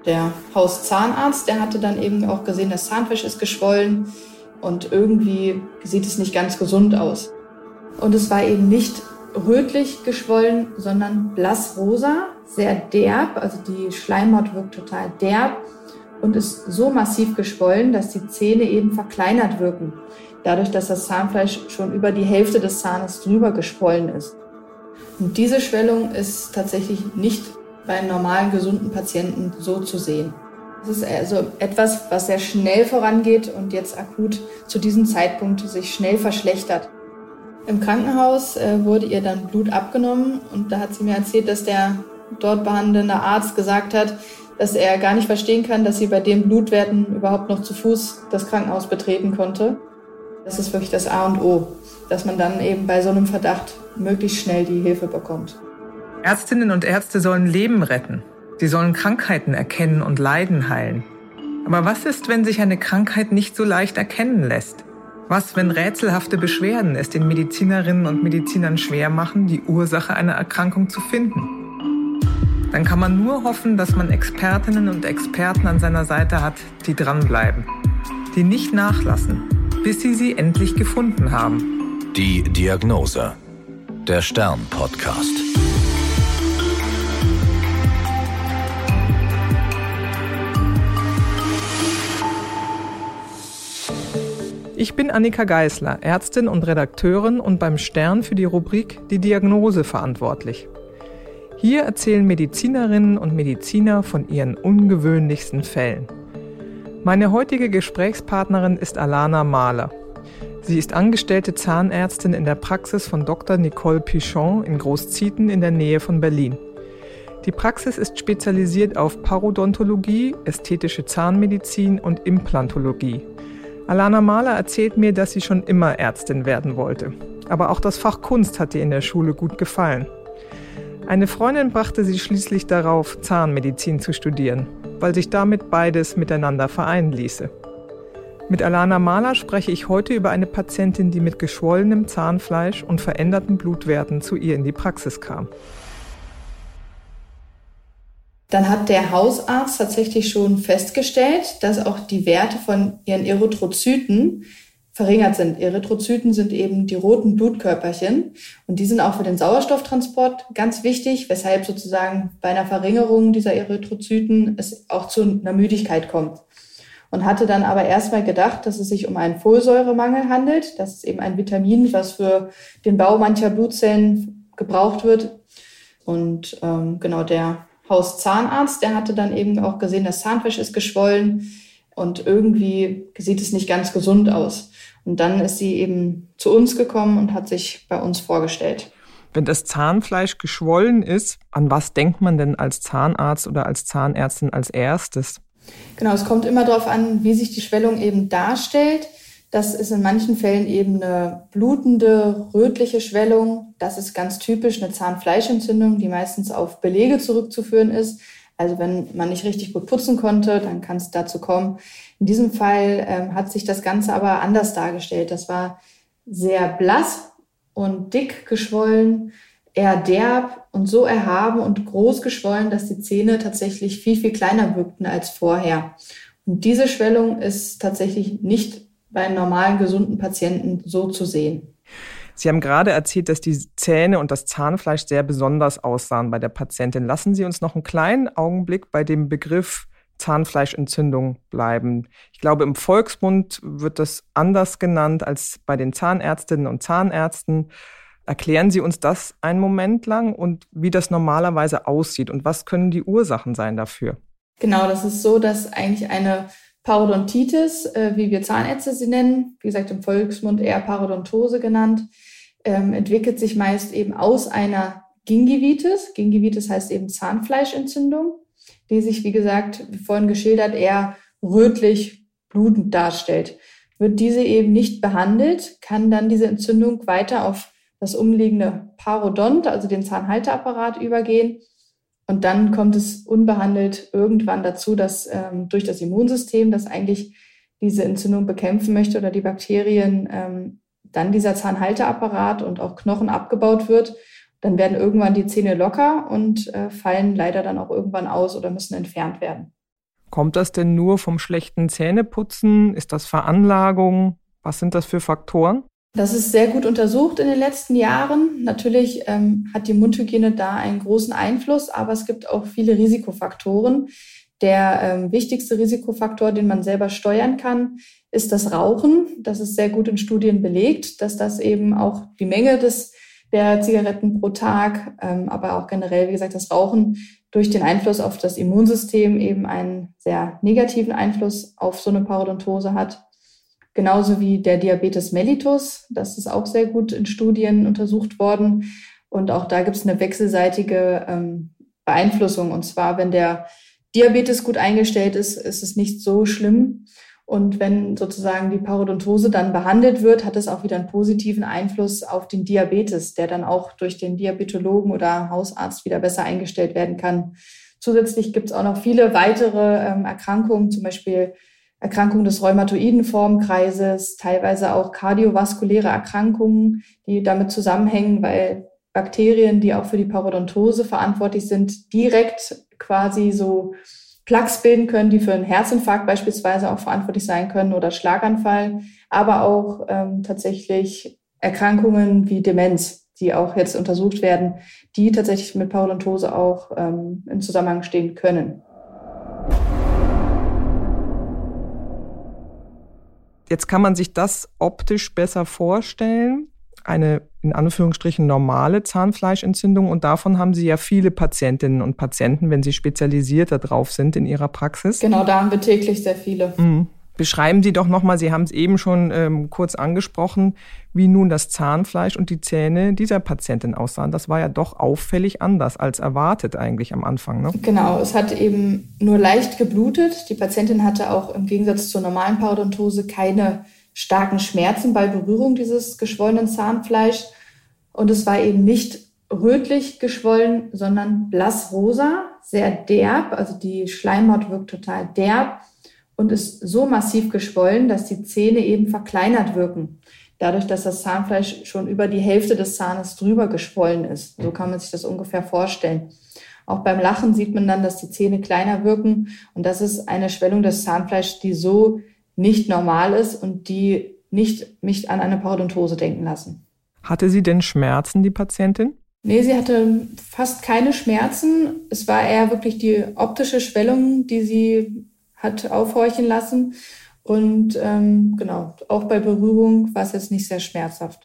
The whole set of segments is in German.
Der Hauszahnarzt, der hatte dann eben auch gesehen, das Zahnfleisch ist geschwollen und irgendwie sieht es nicht ganz gesund aus. Und es war eben nicht rötlich geschwollen, sondern blassrosa, sehr derb, also die Schleimhaut wirkt total derb und ist so massiv geschwollen, dass die Zähne eben verkleinert wirken, dadurch, dass das Zahnfleisch schon über die Hälfte des Zahnes drüber geschwollen ist. Und diese Schwellung ist tatsächlich nicht bei normalen, gesunden Patienten so zu sehen. Es ist also etwas, was sehr schnell vorangeht und jetzt akut zu diesem Zeitpunkt sich schnell verschlechtert. Im Krankenhaus wurde ihr dann Blut abgenommen und da hat sie mir erzählt, dass der dort behandelnde Arzt gesagt hat, dass er gar nicht verstehen kann, dass sie bei den Blutwerten überhaupt noch zu Fuß das Krankenhaus betreten konnte. Das ist wirklich das A und O, dass man dann eben bei so einem Verdacht möglichst schnell die Hilfe bekommt. Ärztinnen und Ärzte sollen Leben retten. Sie sollen Krankheiten erkennen und Leiden heilen. Aber was ist, wenn sich eine Krankheit nicht so leicht erkennen lässt? Was, wenn rätselhafte Beschwerden es den Medizinerinnen und Medizinern schwer machen, die Ursache einer Erkrankung zu finden? Dann kann man nur hoffen, dass man Expertinnen und Experten an seiner Seite hat, die dranbleiben, die nicht nachlassen, bis sie endlich gefunden haben. Die Diagnose. Der Stern-Podcast. Ich bin Annika Geisler, Ärztin und Redakteurin und beim Stern für die Rubrik Die Diagnose verantwortlich. Hier erzählen Medizinerinnen und Mediziner von ihren ungewöhnlichsten Fällen. Meine heutige Gesprächspartnerin ist Alana Mahler. Sie ist angestellte Zahnärztin in der Praxis von Dr. Nicole Pichon in Großzieten in der Nähe von Berlin. Die Praxis ist spezialisiert auf Parodontologie, ästhetische Zahnmedizin und Implantologie. Alana Mahler erzählt mir, dass sie schon immer Ärztin werden wollte. Aber auch das Fach Kunst hat ihr in der Schule gut gefallen. Eine Freundin brachte sie schließlich darauf, Zahnmedizin zu studieren, weil sich damit beides miteinander vereinen ließe. Mit Alana Mahler spreche ich heute über eine Patientin, die mit geschwollenem Zahnfleisch und veränderten Blutwerten zu ihr in die Praxis kam. Dann hat der Hausarzt tatsächlich schon festgestellt, dass auch die Werte von ihren Erythrozyten verringert sind. Erythrozyten sind eben die roten Blutkörperchen und die sind auch für den Sauerstofftransport ganz wichtig, weshalb sozusagen bei einer Verringerung dieser Erythrozyten es auch zu einer Müdigkeit kommt. Und hatte dann aber erstmal gedacht, dass es sich um einen Folsäuremangel handelt. Das ist eben ein Vitamin, was für den Bau mancher Blutzellen gebraucht wird. Und der Hauszahnarzt, der hatte dann eben auch gesehen, das Zahnfleisch ist geschwollen und irgendwie sieht es nicht ganz gesund aus. Und dann ist sie eben zu uns gekommen und hat sich bei uns vorgestellt. Wenn das Zahnfleisch geschwollen ist, an was denkt man denn als Zahnarzt oder als Zahnärztin als erstes? Genau, es kommt immer darauf an, wie sich die Schwellung eben darstellt. Das ist in manchen Fällen eben eine blutende, rötliche Schwellung. Das ist ganz typisch eine Zahnfleischentzündung, die meistens auf Belege zurückzuführen ist. Also wenn man nicht richtig gut putzen konnte, dann kann es dazu kommen. In diesem Fall hat sich das Ganze aber anders dargestellt. Das war sehr blass und dick geschwollen, eher derb und so erhaben und groß geschwollen, dass die Zähne tatsächlich viel, viel kleiner wirkten als vorher. Und diese Schwellung ist tatsächlich nicht bei normalen, gesunden Patienten so zu sehen. Sie haben gerade erzählt, dass die Zähne und das Zahnfleisch sehr besonders aussahen bei der Patientin. Lassen Sie uns noch einen kleinen Augenblick bei dem Begriff Zahnfleischentzündung bleiben. Ich glaube, im Volksmund wird das anders genannt als bei den Zahnärztinnen und Zahnärzten. Erklären Sie uns das einen Moment lang und wie das normalerweise aussieht und was können die Ursachen sein dafür? Genau, das ist so, dass eigentlich eine Parodontitis, wie wir Zahnärzte sie nennen, wie gesagt im Volksmund eher Parodontose genannt, entwickelt sich meist eben aus einer Gingivitis. Gingivitis heißt eben Zahnfleischentzündung, die sich, wie gesagt, wie vorhin geschildert, eher rötlich blutend darstellt. Wird diese eben nicht behandelt, kann dann diese Entzündung weiter auf das umliegende Parodont, also den Zahnhalteapparat, übergehen. Und dann kommt es unbehandelt irgendwann dazu, dass durch das Immunsystem, das eigentlich diese Entzündung bekämpfen möchte oder die Bakterien, dann dieser Zahnhalteapparat und auch Knochen abgebaut wird. Dann werden irgendwann die Zähne locker und fallen leider dann auch irgendwann aus oder müssen entfernt werden. Kommt das denn nur vom schlechten Zähneputzen? Ist das Veranlagung? Was sind das für Faktoren? Das ist sehr gut untersucht in den letzten Jahren. Natürlich hat die Mundhygiene da einen großen Einfluss, aber es gibt auch viele Risikofaktoren. Der wichtigste Risikofaktor, den man selber steuern kann, ist das Rauchen. Das ist sehr gut in Studien belegt, dass das eben auch die Menge der Zigaretten pro Tag, aber auch generell, wie gesagt, das Rauchen durch den Einfluss auf das Immunsystem eben einen sehr negativen Einfluss auf so eine Parodontose hat. Genauso wie der Diabetes mellitus. Das ist auch sehr gut in Studien untersucht worden. Und auch da gibt es eine wechselseitige Beeinflussung. Und zwar, wenn der Diabetes gut eingestellt ist, ist es nicht so schlimm. Und wenn sozusagen die Parodontose dann behandelt wird, hat es auch wieder einen positiven Einfluss auf den Diabetes, der dann auch durch den Diabetologen oder Hausarzt wieder besser eingestellt werden kann. Zusätzlich gibt es auch noch viele weitere Erkrankungen, zum Beispiel Erkrankungen des rheumatoiden Formkreises, teilweise auch kardiovaskuläre Erkrankungen, die damit zusammenhängen, weil Bakterien, die auch für die Parodontose verantwortlich sind, direkt quasi so Plaques bilden können, die für einen Herzinfarkt beispielsweise auch verantwortlich sein können oder Schlaganfall, aber auch tatsächlich Erkrankungen wie Demenz, die auch jetzt untersucht werden, die tatsächlich mit Parodontose auch im Zusammenhang stehen können. Jetzt kann man sich das optisch besser vorstellen. Eine in Anführungsstrichen normale Zahnfleischentzündung, und davon haben Sie ja viele Patientinnen und Patienten, wenn Sie spezialisiert darauf sind in Ihrer Praxis. Genau, da haben wir täglich sehr viele. Beschreiben Sie doch nochmal, Sie haben es eben schon kurz angesprochen, wie nun das Zahnfleisch und die Zähne dieser Patientin aussahen. Das war ja doch auffällig anders als erwartet eigentlich am Anfang, ne? Genau, es hat eben nur leicht geblutet. Die Patientin hatte auch im Gegensatz zur normalen Parodontose keine starken Schmerzen bei Berührung dieses geschwollenen Zahnfleisch. Und es war eben nicht rötlich geschwollen, sondern blassrosa, sehr derb. Also die Schleimhaut wirkt total derb und ist so massiv geschwollen, dass die Zähne eben verkleinert wirken. Dadurch, dass das Zahnfleisch schon über die Hälfte des Zahnes drüber geschwollen ist. So kann man sich das ungefähr vorstellen. Auch beim Lachen sieht man dann, dass die Zähne kleiner wirken. Und das ist eine Schwellung des Zahnfleischs, die so nicht normal ist und die nicht mich an eine Parodontose denken lassen. Hatte sie denn Schmerzen, die Patientin? Nee, sie hatte fast keine Schmerzen. Es war eher wirklich die optische Schwellung, die sie hat aufhorchen lassen. Und genau, auch bei Berührung war es jetzt nicht sehr schmerzhaft.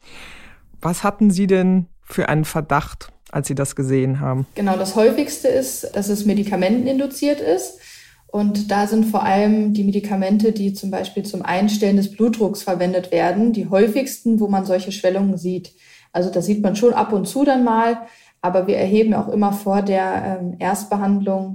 Was hatten Sie denn für einen Verdacht, als Sie das gesehen haben? Genau, das häufigste ist, dass es medikamenteninduziert ist. Und da sind vor allem die Medikamente, die zum Beispiel zum Einstellen des Blutdrucks verwendet werden, die häufigsten, wo man solche Schwellungen sieht. Also das sieht man schon ab und zu dann mal, aber wir erheben auch immer vor der Erstbehandlung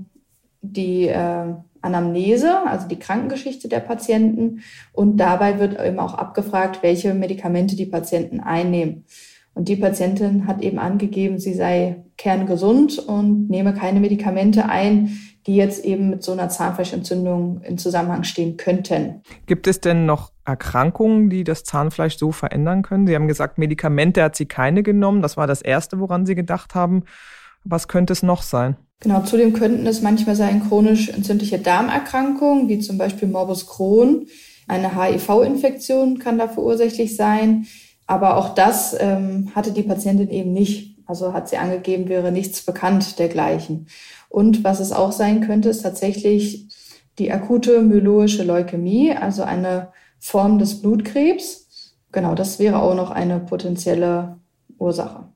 die Anamnese, also die Krankengeschichte der Patienten. Und dabei wird eben auch abgefragt, welche Medikamente die Patienten einnehmen. Und die Patientin hat eben angegeben, sie sei kerngesund und nehme keine Medikamente ein, die jetzt eben mit so einer Zahnfleischentzündung in Zusammenhang stehen könnten. Gibt es denn noch Erkrankungen, die das Zahnfleisch so verändern können? Sie haben gesagt, Medikamente hat sie keine genommen. Das war das Erste, woran Sie gedacht haben. Was könnte es noch sein? Genau, zudem könnten es manchmal sein chronisch entzündliche Darmerkrankungen, wie zum Beispiel Morbus Crohn. Eine HIV-Infektion kann dafür ursächlich sein. Aber auch das hatte die Patientin eben nicht. Also hat sie angegeben, wäre nichts bekannt dergleichen. Und was es auch sein könnte, ist tatsächlich die akute myeloische Leukämie, also eine Form des Blutkrebs. Genau, das wäre auch noch eine potenzielle Ursache.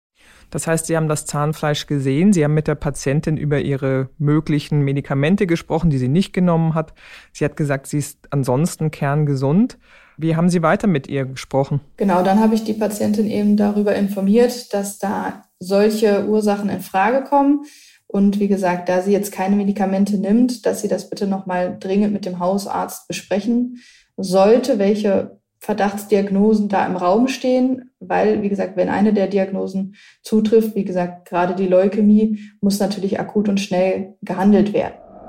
Das heißt, Sie haben das Zahnfleisch gesehen, Sie haben mit der Patientin über ihre möglichen Medikamente gesprochen, die sie nicht genommen hat. Sie hat gesagt, sie ist ansonsten kerngesund. Wie haben Sie weiter mit ihr gesprochen? Genau, dann habe ich die Patientin eben darüber informiert, dass da solche Ursachen in Frage kommen. Und wie gesagt, da sie jetzt keine Medikamente nimmt, dass sie das bitte nochmal dringend mit dem Hausarzt besprechen sollte, welche Verdachtsdiagnosen da im Raum stehen. Weil, wie gesagt, wenn eine der Diagnosen zutrifft, wie gesagt, gerade die Leukämie, muss natürlich akut und schnell gehandelt werden.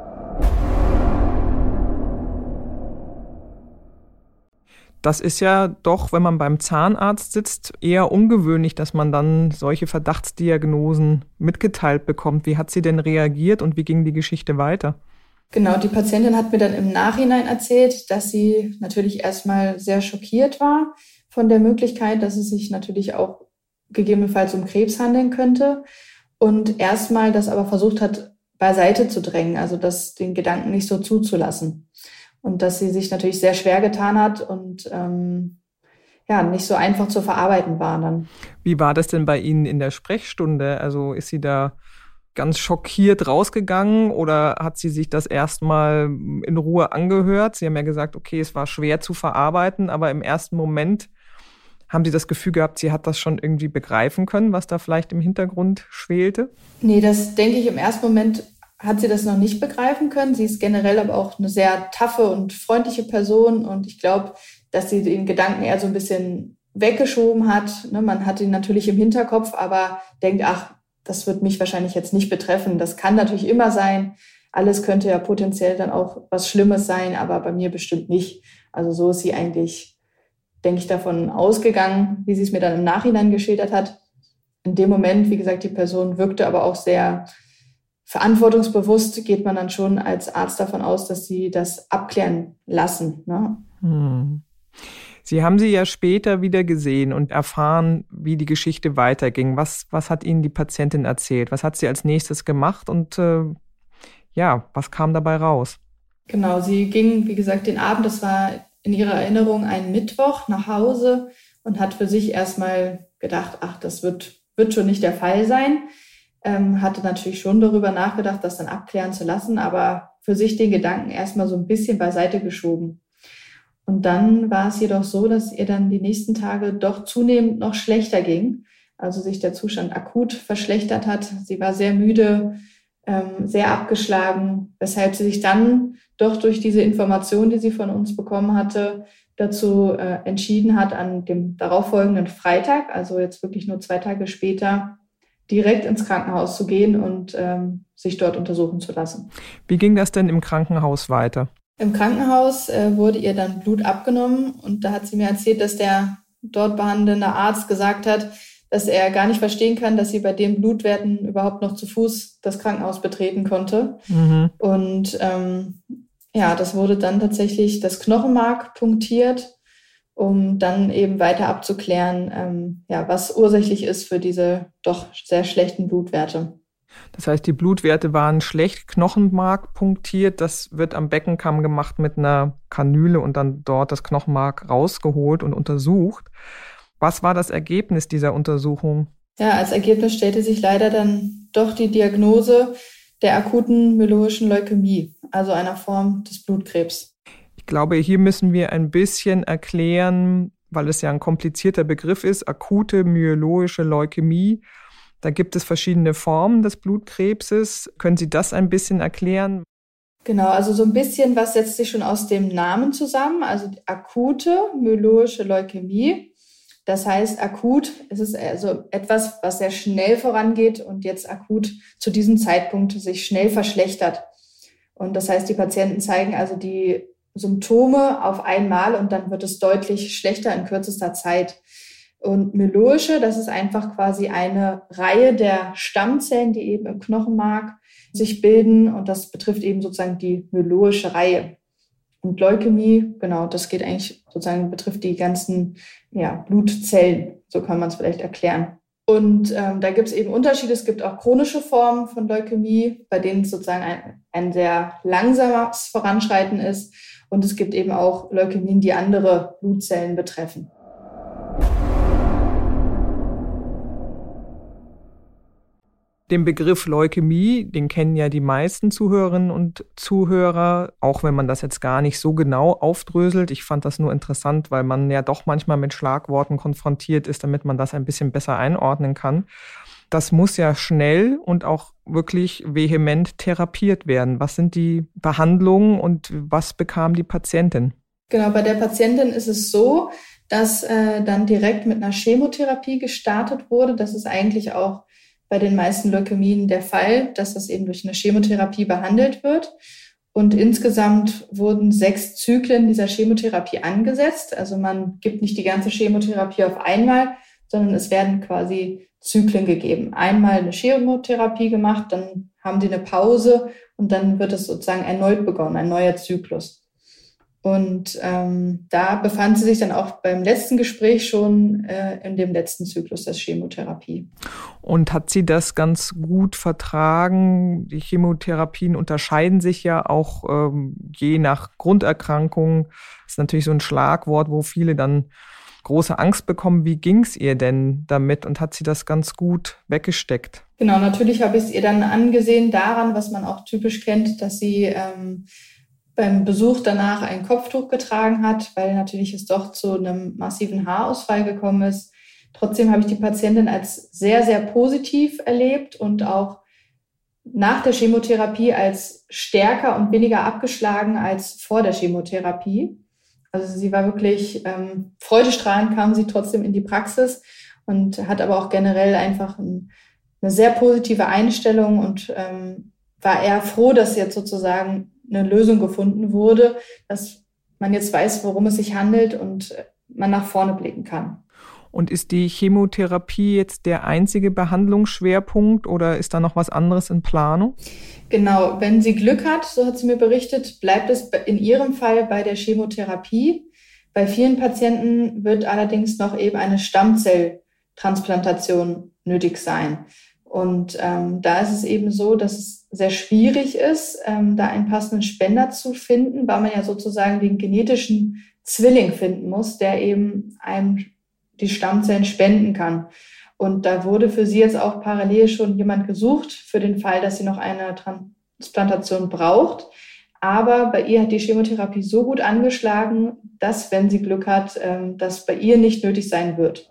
Das ist ja doch, wenn man beim Zahnarzt sitzt, eher ungewöhnlich, dass man dann solche Verdachtsdiagnosen mitgeteilt bekommt. Wie hat sie denn reagiert und wie ging die Geschichte weiter? Genau, die Patientin hat mir dann im Nachhinein erzählt, dass sie natürlich erstmal sehr schockiert war von der Möglichkeit, dass es sich natürlich auch gegebenenfalls um Krebs handeln könnte und erstmal das aber versucht hat, beiseite zu drängen, also den Gedanken nicht so zuzulassen. Und dass sie sich natürlich sehr schwer getan hat und nicht so einfach zu verarbeiten war dann. Wie war das denn bei Ihnen in der Sprechstunde? Also ist sie da ganz schockiert rausgegangen oder hat sie sich das erstmal in Ruhe angehört? Sie haben ja gesagt, okay, es war schwer zu verarbeiten, aber im ersten Moment haben Sie das Gefühl gehabt, sie hat das schon irgendwie begreifen können, was da vielleicht im Hintergrund schwelte? Nee, das denke ich, im ersten Moment hat sie das noch nicht begreifen können. Sie ist generell aber auch eine sehr taffe und freundliche Person und ich glaube, dass sie den Gedanken eher so ein bisschen weggeschoben hat. Man hat ihn natürlich im Hinterkopf, aber denkt, ach, das wird mich wahrscheinlich jetzt nicht betreffen. Das kann natürlich immer sein. Alles könnte ja potenziell dann auch was Schlimmes sein, aber bei mir bestimmt nicht. Also so ist sie eigentlich, denke ich, davon ausgegangen, wie sie es mir dann im Nachhinein geschildert hat. In dem Moment, wie gesagt, die Person wirkte aber auch sehr verantwortungsbewusst, geht man dann schon als Arzt davon aus, dass sie das abklären lassen. Ne? Sie haben sie ja später wieder gesehen und erfahren, wie die Geschichte weiterging. Was hat Ihnen die Patientin erzählt? Was hat sie als nächstes gemacht und was kam dabei raus? Genau, sie ging, wie gesagt, den Abend, das war in ihrer Erinnerung ein Mittwoch, nach Hause und hat für sich erstmal gedacht, ach, das wird schon nicht der Fall sein. Hatte natürlich schon darüber nachgedacht, das dann abklären zu lassen, aber für sich den Gedanken erstmal so ein bisschen beiseite geschoben. Und dann war es jedoch so, dass ihr dann die nächsten Tage doch zunehmend noch schlechter ging. Also sich der Zustand akut verschlechtert hat. Sie war sehr müde, sehr abgeschlagen, weshalb sie sich dann doch durch diese Information, die sie von uns bekommen hatte, dazu entschieden hat, an dem darauffolgenden Freitag, also jetzt wirklich nur 2 Tage später, direkt ins Krankenhaus zu gehen und sich dort untersuchen zu lassen. Wie ging das denn im Krankenhaus weiter? Im Krankenhaus wurde ihr dann Blut abgenommen und da hat sie mir erzählt, dass der dort behandelnde Arzt gesagt hat, dass er gar nicht verstehen kann, dass sie bei den Blutwerten überhaupt noch zu Fuß das Krankenhaus betreten konnte. Und das wurde dann tatsächlich das Knochenmark punktiert, um dann eben weiter abzuklären, was ursächlich ist für diese doch sehr schlechten Blutwerte. Das heißt, die Blutwerte waren schlecht, Knochenmark punktiert. Das wird am Beckenkamm gemacht mit einer Kanüle und dann dort das Knochenmark rausgeholt und untersucht. Was war das Ergebnis dieser Untersuchung? Ja, als Ergebnis stellte sich leider dann doch die Diagnose der akuten myeloischen Leukämie, also einer Form des Blutkrebs. Ich glaube, hier müssen wir ein bisschen erklären, weil es ja ein komplizierter Begriff ist, akute myeloische Leukämie. Da gibt es verschiedene Formen des Blutkrebses. Können Sie das ein bisschen erklären? Genau, also so ein bisschen, was setzt sich schon aus dem Namen zusammen? Also die akute myeloische Leukämie. Das heißt, akut, es ist also etwas, was sehr schnell vorangeht und jetzt akut zu diesem Zeitpunkt sich schnell verschlechtert. Und das heißt, die Patienten zeigen also die Symptome auf einmal und dann wird es deutlich schlechter in kürzester Zeit. Und myeloische, das ist einfach quasi eine Reihe der Stammzellen, die eben im Knochenmark sich bilden. Und das betrifft eben sozusagen die myeloische Reihe. Und Leukämie, genau, das geht eigentlich sozusagen, betrifft die ganzen Blutzellen. So kann man es vielleicht erklären. Und da gibt es eben Unterschiede. Es gibt auch chronische Formen von Leukämie, bei denen es sozusagen ein sehr langsames Voranschreiten ist. Und es gibt eben auch Leukämien, die andere Blutzellen betreffen. Den Begriff Leukämie, den kennen ja die meisten Zuhörerinnen und Zuhörer, auch wenn man das jetzt gar nicht so genau aufdröselt. Ich fand das nur interessant, weil man ja doch manchmal mit Schlagworten konfrontiert ist, damit man das ein bisschen besser einordnen kann. Das muss ja schnell und auch wirklich vehement therapiert werden. Was sind die Behandlungen und was bekam die Patientin? Genau, bei der Patientin ist es so, dass dann direkt mit einer Chemotherapie gestartet wurde. Das ist eigentlich auch bei den meisten Leukämien der Fall, dass das eben durch eine Chemotherapie behandelt wird. Und insgesamt wurden 6 Zyklen dieser Chemotherapie angesetzt. Also man gibt nicht die ganze Chemotherapie auf einmal, sondern es werden quasi Zyklen gegeben. Einmal eine Chemotherapie gemacht, dann haben die eine Pause und dann wird es sozusagen erneut begonnen, ein neuer Zyklus. Und da befand sie sich dann auch beim letzten Gespräch schon in dem letzten Zyklus der Chemotherapie. Und hat sie das ganz gut vertragen? Die Chemotherapien unterscheiden sich ja auch je nach Grunderkrankung. Das ist natürlich so ein Schlagwort, wo viele dann große Angst bekommen. Wie ging es ihr denn damit und hat sie das ganz gut weggesteckt? Genau, natürlich habe ich es ihr dann angesehen daran, was man auch typisch kennt, dass sie beim Besuch danach ein Kopftuch getragen hat, weil natürlich es doch zu einem massiven Haarausfall gekommen ist. Trotzdem habe ich die Patientin als sehr, sehr positiv erlebt und auch nach der Chemotherapie als stärker und weniger abgeschlagen als vor der Chemotherapie. Also sie war wirklich freudestrahlend, kam sie trotzdem in die Praxis und hat aber auch generell einfach eine sehr positive Einstellung und war eher froh, dass jetzt sozusagen eine Lösung gefunden wurde, dass man jetzt weiß, worum es sich handelt und man nach vorne blicken kann. Und ist die Chemotherapie jetzt der einzige Behandlungsschwerpunkt oder ist da noch was anderes in Planung? Genau, wenn sie Glück hat, so hat sie mir berichtet, bleibt es in ihrem Fall bei der Chemotherapie. Bei vielen Patienten wird allerdings noch eben eine Stammzelltransplantation nötig sein. Und da ist es eben so, dass es sehr schwierig ist, da einen passenden Spender zu finden, weil man ja sozusagen den genetischen Zwilling finden muss, der eben einem die Stammzellen spenden kann. Und da wurde für sie jetzt auch parallel schon jemand gesucht, für den Fall, dass sie noch eine Transplantation braucht. Aber bei ihr hat die Chemotherapie so gut angeschlagen, dass, wenn sie Glück hat, das bei ihr nicht nötig sein wird.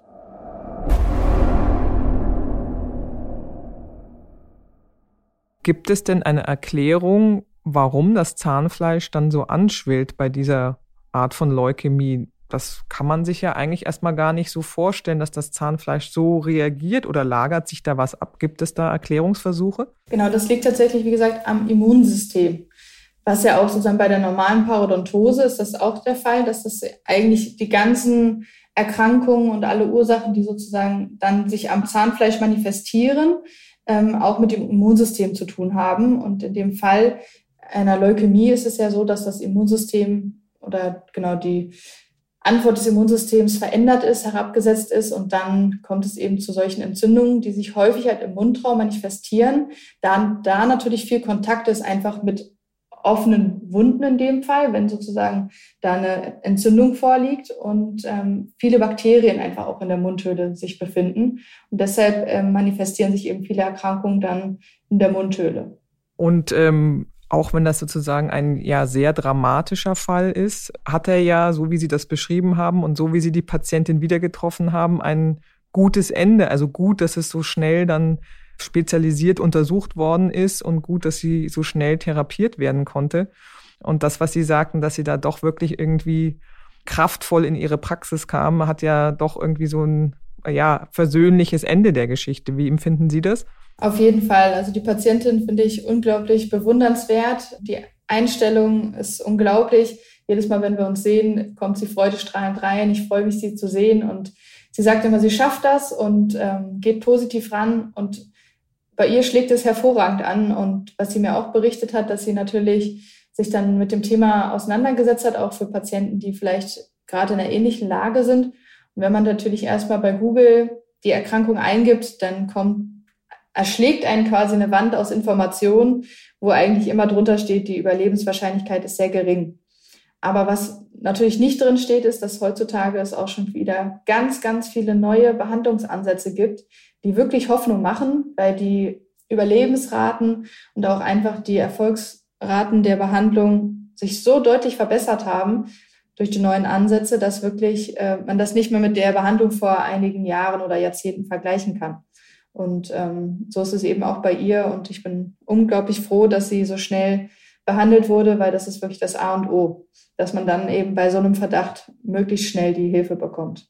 Gibt es denn eine Erklärung, warum das Zahnfleisch dann so anschwillt bei dieser Art von Leukämie? Das kann man sich ja eigentlich erstmal gar nicht so vorstellen, dass das Zahnfleisch so reagiert oder lagert sich da was ab? Gibt es da Erklärungsversuche? Genau, das liegt tatsächlich, wie gesagt, am Immunsystem. Was ja auch sozusagen bei der normalen Parodontose ist das auch der Fall, dass das eigentlich die ganzen Erkrankungen und alle Ursachen, die sozusagen dann sich am Zahnfleisch manifestieren, auch mit dem Immunsystem zu tun haben. Und in dem Fall einer Leukämie ist es ja so, dass das Immunsystem oder genau die Antwort des Immunsystems verändert ist, herabgesetzt ist und dann kommt es eben zu solchen Entzündungen, die sich häufig halt im Mundraum manifestieren. Da natürlich viel Kontakt ist, einfach mit offenen Wunden in dem Fall, wenn sozusagen da eine Entzündung vorliegt und viele Bakterien einfach auch in der Mundhöhle sich befinden. Und deshalb manifestieren sich eben viele Erkrankungen dann in der Mundhöhle. Und auch wenn das sozusagen ein ja sehr dramatischer Fall ist, hat er ja, so wie Sie das beschrieben haben und so wie Sie die Patientin wieder getroffen haben, ein gutes Ende. Also gut, dass es so schnell dann spezialisiert untersucht worden ist und gut, dass sie so schnell therapiert werden konnte. Und das, was Sie sagten, dass sie da doch wirklich irgendwie kraftvoll in ihre Praxis kam, hat ja doch irgendwie so ein versöhnliches Ende der Geschichte. Wie empfinden Sie das? Auf jeden Fall. Also die Patientin finde ich unglaublich bewundernswert. Die Einstellung ist unglaublich. Jedes Mal, wenn wir uns sehen, kommt sie freudestrahlend rein. Ich freue mich, sie zu sehen. Und sie sagt immer, sie schafft das und geht positiv ran. Und bei ihr schlägt es hervorragend an. Und was sie mir auch berichtet hat, dass sie natürlich sich dann mit dem Thema auseinandergesetzt hat, auch für Patienten, die vielleicht gerade in einer ähnlichen Lage sind. Und wenn man natürlich erstmal bei Google die Erkrankung eingibt, dann erschlägt einen quasi eine Wand aus Informationen, wo eigentlich immer drunter steht, die Überlebenswahrscheinlichkeit ist sehr gering. Aber was natürlich nicht drin steht, ist, dass heutzutage es auch schon wieder ganz, ganz viele neue Behandlungsansätze gibt, die wirklich Hoffnung machen, weil die Überlebensraten und auch einfach die Erfolgsraten der Behandlung sich so deutlich verbessert haben durch die neuen Ansätze, dass wirklich man das nicht mehr mit der Behandlung vor einigen Jahren oder Jahrzehnten vergleichen kann. Und so ist es eben auch bei ihr. Und ich bin unglaublich froh, dass sie so schnell behandelt wurde, weil das ist wirklich das A und O, dass man dann eben bei so einem Verdacht möglichst schnell die Hilfe bekommt.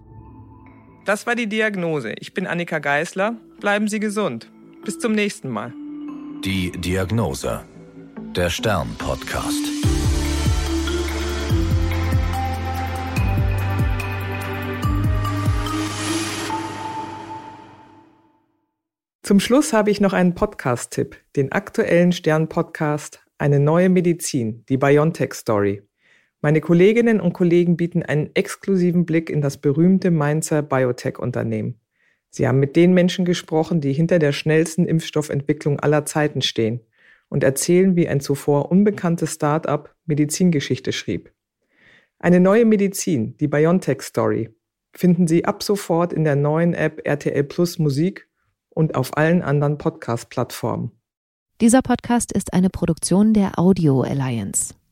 Das war die Diagnose. Ich bin Annika Geisler. Bleiben Sie gesund. Bis zum nächsten Mal. Die Diagnose. Der Stern-Podcast. Zum Schluss habe ich noch einen Podcast-Tipp, den aktuellen Stern-Podcast Eine neue Medizin, die BioNTech-Story. Meine Kolleginnen und Kollegen bieten einen exklusiven Blick in das berühmte Mainzer Biotech-Unternehmen. Sie haben mit den Menschen gesprochen, die hinter der schnellsten Impfstoffentwicklung aller Zeiten stehen und erzählen, wie ein zuvor unbekanntes Start-up Medizingeschichte schrieb. Eine neue Medizin, die BioNTech-Story, finden Sie ab sofort in der neuen App RTL Plus Musik und auf allen anderen Podcast-Plattformen. Dieser Podcast ist eine Produktion der Audio Alliance.